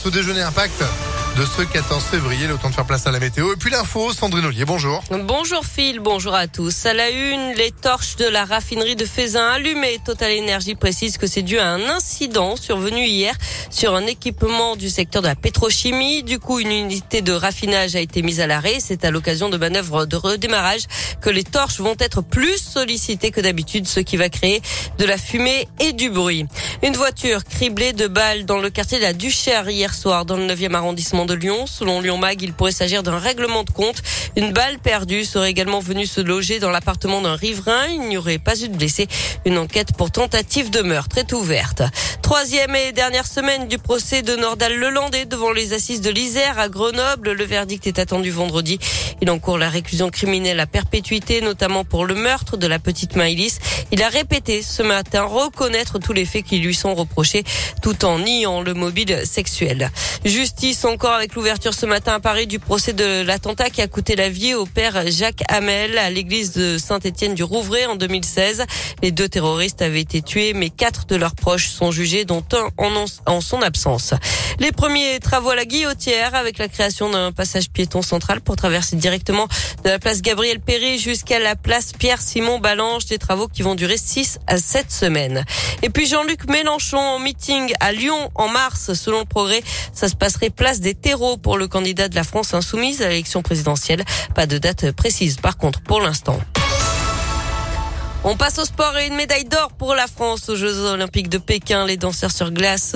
au déjeuner Impact de ce 14 février. Le temps de faire place à la météo. Et puis l'info, Sandrine Ollier, bonjour. Bonjour Phil, bonjour à tous. À la une, les torches de la raffinerie de Feyzin allumées. Total Énergie précise que c'est dû à un incident survenu hier sur un équipement du secteur de la pétrochimie. Du coup, une unité de raffinage a été mise à l'arrêt. C'est à l'occasion de manœuvres de redémarrage que les torches vont être plus sollicitées que d'habitude, ce qui va créer de la fumée et du bruit. Une voiture criblée de balles dans le quartier de la Duchère hier soir dans le 9e arrondissement de Lyon. Selon Lyon Mag, il pourrait s'agir d'un règlement de compte. Une balle perdue serait également venue se loger dans l'appartement d'un riverain. Il n'y aurait pas eu de blessés. Une enquête pour tentative de meurtre est ouverte. Troisième et dernière semaine du procès de Nordal-Lelandais devant les assises de l'Isère à Grenoble. Le verdict est attendu vendredi. Il encourt la réclusion criminelle à perpétuité, notamment pour le meurtre de la petite Maëlys. Il a répété ce matin reconnaître tous les faits qui lui sont reprochés tout en niant le mobile sexuel. Justice encore avec l'ouverture ce matin à Paris du procès de l'attentat qui a coûté la vie au père Jacques Hamel à l'église de Saint-Étienne-du-Rouvray en 2016. Les 2 terroristes avaient été tués, mais 4 de leurs proches sont jugés, dont un en son absence. Les premiers travaux à la Guillotière avec la création d'un passage piéton central pour traverser directement de la place Gabriel Péry jusqu'à la place Pierre-Simon Ballanche. Des travaux qui vont durer 6 à 7 semaines. Et puis Jean-Luc Mélenchon en meeting à Lyon en mars. Selon le Progrès, ça se passerait place des terreaux pour le candidat de la France insoumise à l'élection présidentielle. Pas de date précise par contre pour l'instant. On passe au sport et une médaille d'or pour la France aux Jeux Olympiques de Pékin. Les danseurs sur glace,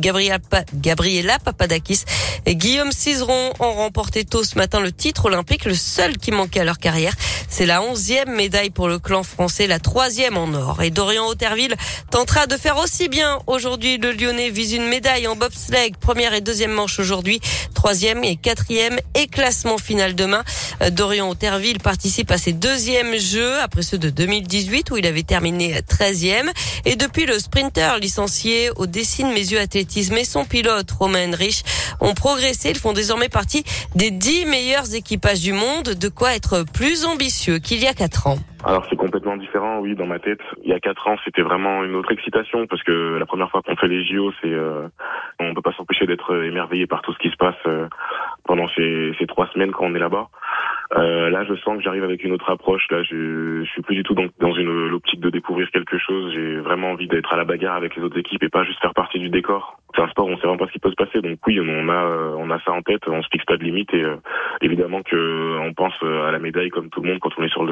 Gabriela Papadakis et Guillaume Cizeron ont remporté tôt ce matin le titre olympique, le seul qui manquait à leur carrière. C'est la 11e médaille pour le clan français, la 3e en or. Et Dorian Hauterville tentera de faire aussi bien. Aujourd'hui, le Lyonnais vise une médaille en bobsleigh. Première et deuxième manche aujourd'hui, 3e et 4e et classement final demain. Dorian Hauterville participe à ses 2e Jeux après ceux de 2018 où il avait terminé 13e. Et depuis, le sprinter licencié au Dessines-Messieurs Athlétisme et son pilote Romain Henrich ont progressé. Ils font désormais partie des 10 meilleurs équipages du monde. De quoi être plus ambitieux qu'il y a 4 ans. Alors c'est complètement différent, oui, dans ma tête. Il y a 4 ans, c'était vraiment une autre excitation parce que la première fois qu'on fait les JO, on peut pas s'empêcher d'être émerveillé par tout ce qui se passe pendant ces 3 semaines quand on est là-bas. Là, je sens que j'arrive avec une autre approche. Là, je suis plus du tout dans l'optique de découvrir quelque chose. J'ai vraiment envie d'être à la bagarre avec les autres équipes et pas juste faire partie du décor. C'est un sport où on sait vraiment pas ce qui peut se passer. Donc oui, on a ça en tête. On se fixe pas de limite et évidemment que on pense à la médaille comme tout le monde quand on est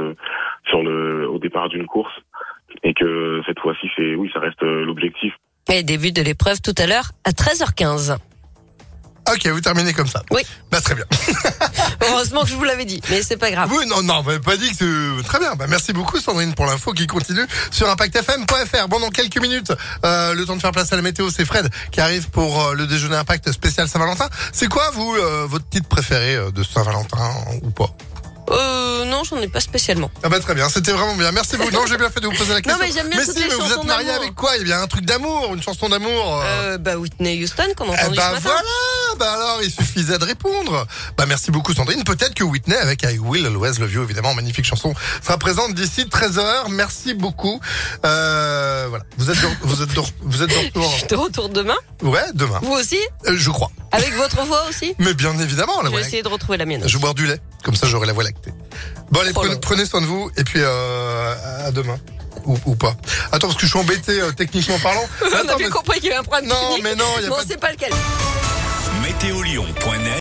au départ d'une course et que cette fois-ci ça reste l'objectif. Et début de l'épreuve tout à l'heure à 13h15. Ok, vous terminez comme ça. Oui. Très bien. Heureusement que je vous l'avais dit, mais c'est pas grave. Oui, non, vous m'avez pas dit que c'est très bien. Merci beaucoup Sandrine pour l'info qui continue sur impactfm.fr. Bon, dans quelques minutes, le temps de faire place à la météo, c'est Fred qui arrive pour le déjeuner Impact spécial Saint-Valentin. C'est quoi, vous, votre titre préféré de Saint-Valentin ou pas? Non, j'en ai pas spécialement. Ah bah très bien, c'était vraiment bien. Merci beaucoup. Non, j'ai bien fait de vous poser la question. Non, mais j'aime bien toutes les chansons d'amour. Vous êtes marié avec quoi? Il y a bien un truc d'amour, une chanson d'amour. Whitney Houston qu'on a entendu ce matin. Voilà, alors il suffisait de répondre. Merci beaucoup Sandrine. Peut-être que Whitney avec I Will Always Love You, évidemment, magnifique chanson, sera présente d'ici 13h. Merci beaucoup. Voilà. Vous êtes de retour. Je suis de retour demain. Ouais, demain. Vous aussi? Je crois. Avec votre voix aussi? Mais bien évidemment, la voix. Je vais essayer de retrouver la mienne. Je vais boire du lait, comme ça j'aurai la voix lactée. Bon allez, prenez soin de vous et puis à demain. Ou pas. Attends, parce que je suis embêté techniquement parlant. On a bien compris qu'il y avait un problème technique. Non, mais non, il y a pas... c'est pas lequel. Météolion.net